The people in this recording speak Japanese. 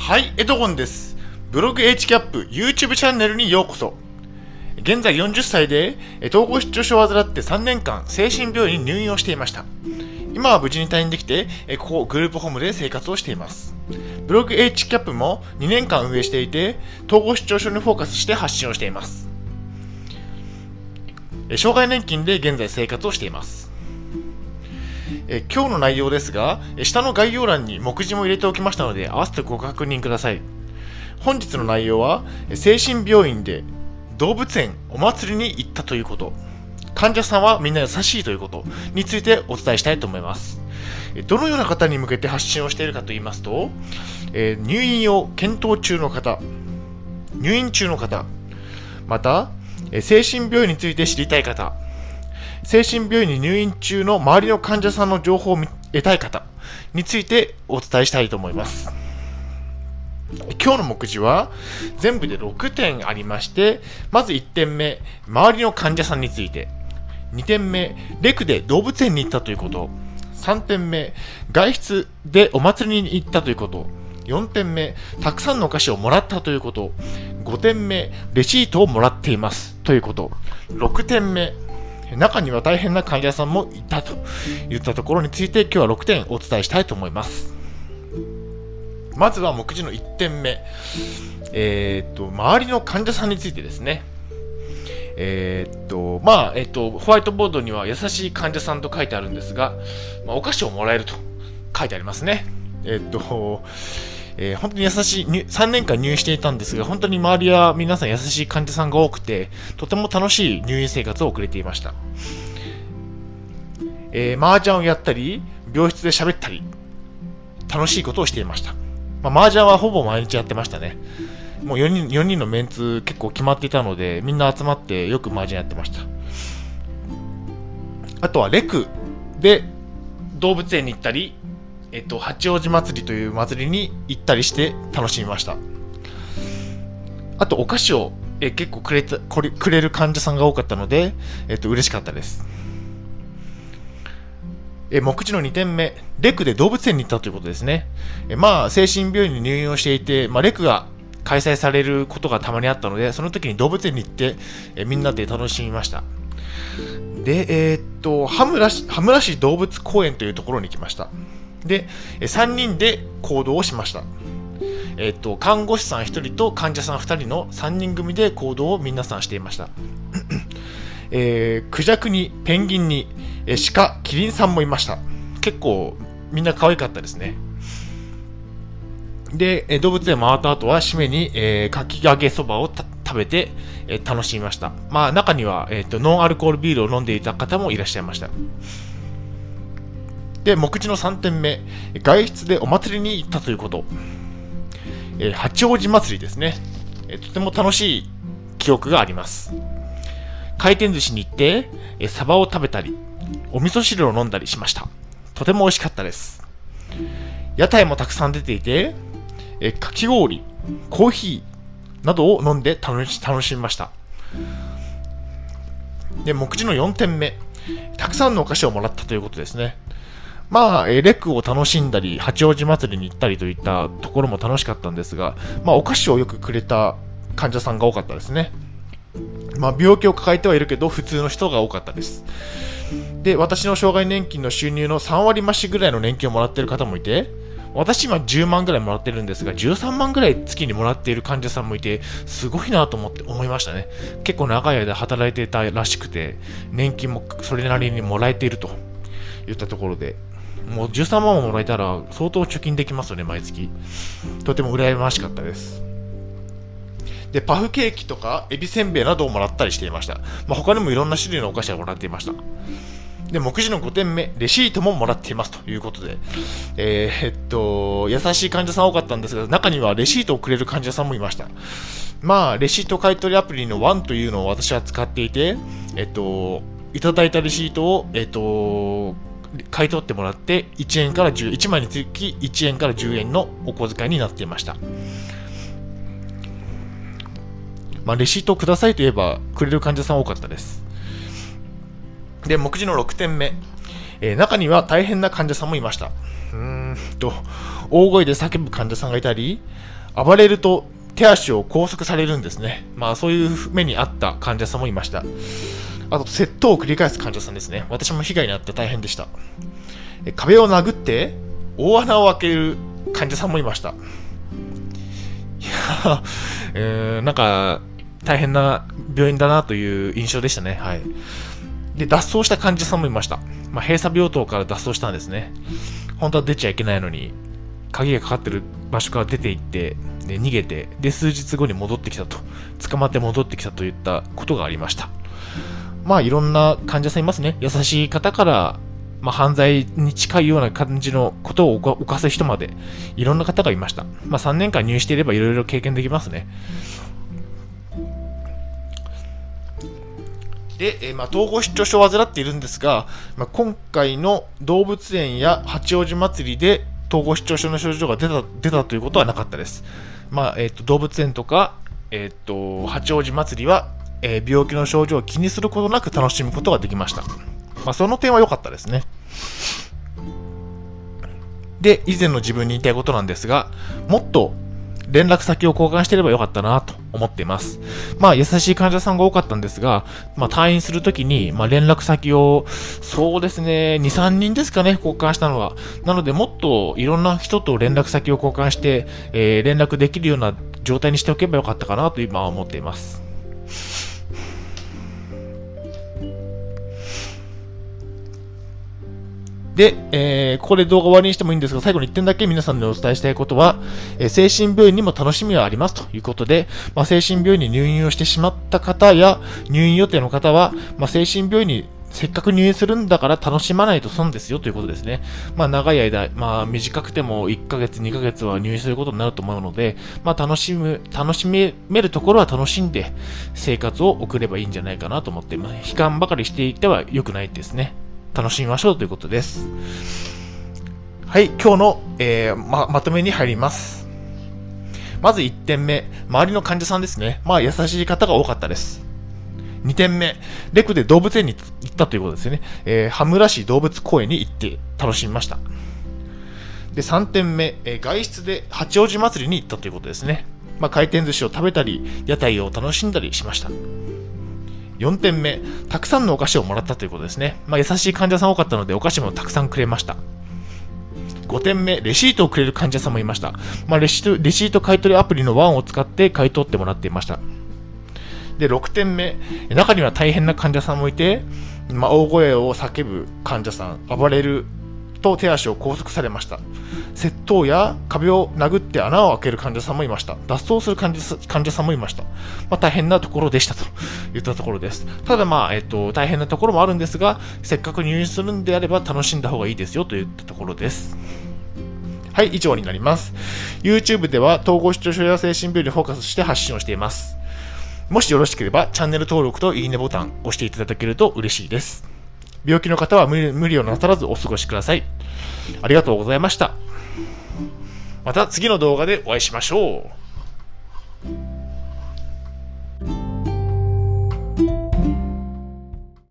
はい、エドゴンです。ブログ HCAP YouTube チャンネルにようこそ。現在40歳で統合失調症を患って3年間精神病院に入院をしていました。今は無事に退院できて、ここグループホームで生活をしています。ブログ HCAP も2年間運営していて、統合失調症にフォーカスして発信をしています。障害年金で現在生活をしています。今日の内容ですが、下の概要欄に目次も入れておきましたので、合わせてご確認ください。本日の内容は、精神病院で動物園お祭りに行ったということ、患者さんはみんな優しいということについてお伝えしたいと思います。どのような方に向けて発信をしているかと言いますと、入院を検討中の方、入院中の方、また精神病院について知りたい方、精神病院に入院中の周りの患者さんの情報を得たい方についてお伝えしたいと思います。今日の目次は全部で6点ありまして、まず1点目、周りの患者さんについて。2点目、レクで動物園に行ったということ。3点目、外出でお祭りに行ったということ。4点目、たくさんのお菓子をもらったということ。5点目、レシートをもらっていますということ。6点目、中には大変な患者さんもいたといったところについて今日は6点お伝えしたいと思います。まずは目次の1点目、周りの患者さんについてですね。ホワイトボードには優しい患者さんと書いてあるんですが、お菓子をもらえると書いてありますね。本当に優しい、3年間入院していたんですが、本当に周りは皆さん優しい患者さんが多くて、とても楽しい入院生活を送れていました。麻雀をやったり、病室で喋ったり、楽しいことをしていました。麻雀はほぼ毎日やってましたね。もう4人のメンツ結構決まっていたので、みんな集まってよく麻雀やってました。あとはレクで動物園に行ったり、八王子祭りという祭りに行ったりして楽しみました。あとお菓子を結構くれる患者さんが多かったので、嬉しかったです。目次の2点目、レクで動物園に行ったということですね。精神病院に入院をしていて、レクが開催されることがたまにあったので、その時に動物園に行って、みんなで楽しみました。で、羽村市動物公園というところに行きました。で、3人で行動をしました。看護師さん1人と患者さん2人の3人組で行動を皆さんしていました。クジャクにペンギンに鹿、キリンさんもいました。結構みんな可愛かったですね。で、動物園回った後は締めに、かき揚げそばを食べて、楽しみました。中には、ノンアルコールビールを飲んでいた方もいらっしゃいました。で、目次の3点目、外出でお祭りに行ったということ。八王子祭りですね。とても楽しい記憶があります。回転寿司に行って、サバを食べたり、お味噌汁を飲んだりしました。とても美味しかったです。屋台もたくさん出ていて、かき氷、コーヒーなどを飲んで楽しみました。で、目次の4点目、たくさんのお菓子をもらったということですね。レクを楽しんだり、八王子祭りに行ったりといったところも楽しかったんですが、お菓子をよくくれた患者さんが多かったですね。病気を抱えてはいるけど、普通の人が多かったです。で、私の障害年金の収入の3割増しぐらいの年金をもらっている方もいて、私今10万ぐらいもらってるんですが、13万ぐらい月にもらっている患者さんもいて、すごいなと思いましたね。結構長い間働いていたらしくて、年金もそれなりにもらえているといったところで、もう13万ももらえたら相当貯金できますよね、毎月。とても羨ましかったです。で、パフケーキとかエビせんべいなどをもらったりしていました。他にもいろんな種類のお菓子をもらっていました。で、目次の5点目、レシートももらっていますということで、優しい患者さん多かったんですが、中にはレシートをくれる患者さんもいました。レシート買取アプリの1というのを私は使っていて、いただいたレシートを、買い取ってもらって1枚につき1円から10円のお小遣いになっていました。レシートをくださいと言えばくれる患者さん多かったです。で、目次の6点目、中には大変な患者さんもいました。 大声で叫ぶ患者さんがいたり、暴れると手足を拘束されるんですね。そういう目にあった患者さんもいました。あと、窃盗を繰り返す患者さんですね。私も被害に遭って大変でした。壁を殴って大穴を開ける患者さんもいました。いやなんか大変な病院だなという印象でしたね。はい。で、脱走した患者さんもいました。閉鎖病棟から脱走したんですね。本当は出ちゃいけないのに、鍵がかかってる場所から出て行って、で逃げて、で、数日後に戻ってきたと、捕まって戻ってきたといったことがありました。いろんな患者さんいますね。優しい方から、犯罪に近いような感じのことを犯す人まで、いろんな方がいました。3年間入院していればいろいろ経験できますね。で、統合失調症を患っているんですが、今回の動物園や八王子祭りで統合失調症の症状が出たということはなかったです。動物園とか、八王子祭りは、病気の症状を気にすることなく楽しむことができました。その点は良かったですね。で、以前の自分に言いたいことなんですが、もっと連絡先を交換していればよかったなと思っています。優しい患者さんが多かったんですが、退院するときに、連絡先を、そうですね、2、3人ですかね、交換したのは。なので、もっといろんな人と連絡先を交換して、連絡できるような状態にしておけばよかったかなと今は思っています。で、ここで動画終わりにしてもいいんですが、最後に1点だけ皆さんにお伝えしたいことは、精神病院にも楽しみはありますということで、精神病院に入院をしてしまった方や、入院予定の方は、精神病院にせっかく入院するんだから楽しまないと損ですよということですね。長い間、短くても1ヶ月、2ヶ月は入院することになると思うので、楽しめるところは楽しんで生活を送ればいいんじゃないかなと思っています。悲観ばかりしていては良くないですね。楽しみましょうということです。はい、今日の、まとめに入ります。まず1点目、周りの患者さんですね。優しい方が多かったです。2点目、レクで動物園に行ったということですよね。羽村市動物公園に行って楽しみました。で、3点目、外出で八王子祭りに行ったということですね。回転寿司を食べたり、屋台を楽しんだりしました。4点目、たくさんのお菓子をもらったということですね。優しい患者さん多かったのでお菓子もたくさんくれました。5点目、レシートをくれる患者さんもいました。レシート買取アプリのワンを使って買い取ってもらっていました。で、6点目、中には大変な患者さんもいて、大声を叫ぶ患者さん、暴れると手足を拘束されました。窃盗や壁を殴って穴を開ける患者さんもいました。脱走する患者さんもいました。大変なところでしたといったところです。ただ大変なところもあるんですが、せっかく入院するんであれば楽しんだ方がいいですよといったところです。はい、以上になります。YouTube では統合失調症や精神病にフォーカスして発信をしています。もしよろしければチャンネル登録といいねボタンを押していただけると嬉しいです。病気の方は無理をなさらずお過ごしください。ありがとうございました。また次の動画でお会いしましょう。